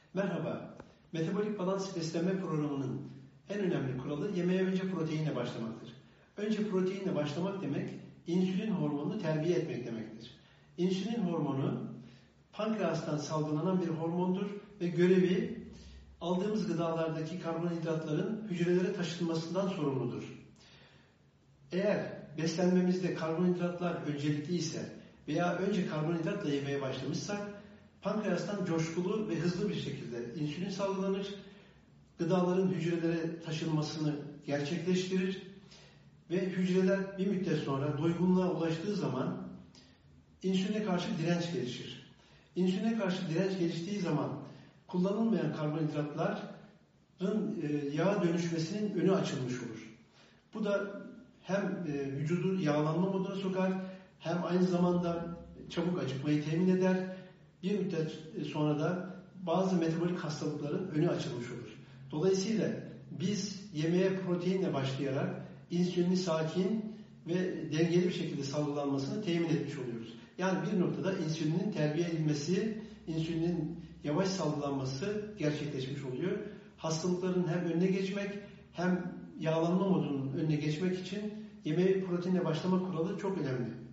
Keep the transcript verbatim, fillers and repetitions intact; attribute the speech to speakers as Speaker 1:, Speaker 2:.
Speaker 1: Merhaba, metabolik balans beslenme programının en önemli kuralı yemeğe önce proteinle başlamaktır. Önce proteinle başlamak demek, insülin hormonunu terbiye etmek demektir. İnsülin hormonu, pankreastan salgılanan bir hormondur ve görevi aldığımız gıdalardaki karbonhidratların hücrelere taşınmasından sorumludur. Eğer beslenmemizde karbonhidratlar öncelikli ise veya önce karbonhidratla yemeye başlamışsak, pankreastan coşkulu ve hızlı bir şekilde insülin salgılanır, gıdaların hücrelere taşınmasını gerçekleştirir ve hücreler bir müddet sonra doygunluğa ulaştığı zaman insüline karşı direnç gelişir. İnsüline karşı direnç geliştiği zaman kullanılmayan karbonhidratların yağa dönüşmesinin önü açılmış olur. Bu da hem vücudu yağlanma moduna sokar, hem aynı zamanda çabuk acıkmayı temin eder. Bir müddet sonra da bazı metabolik hastalıkların önü açılmış olur. Dolayısıyla biz yemeğe proteinle başlayarak insülini sakin ve dengeli bir şekilde salgılanmasını temin etmiş oluyoruz. Yani bir noktada insülinin terbiye edilmesi, insülinin yavaş salgılanması gerçekleşmiş oluyor. Hastalıkların hem önüne geçmek hem yağlanma modunun önüne geçmek için yemeğe proteinle başlama kuralı çok önemli.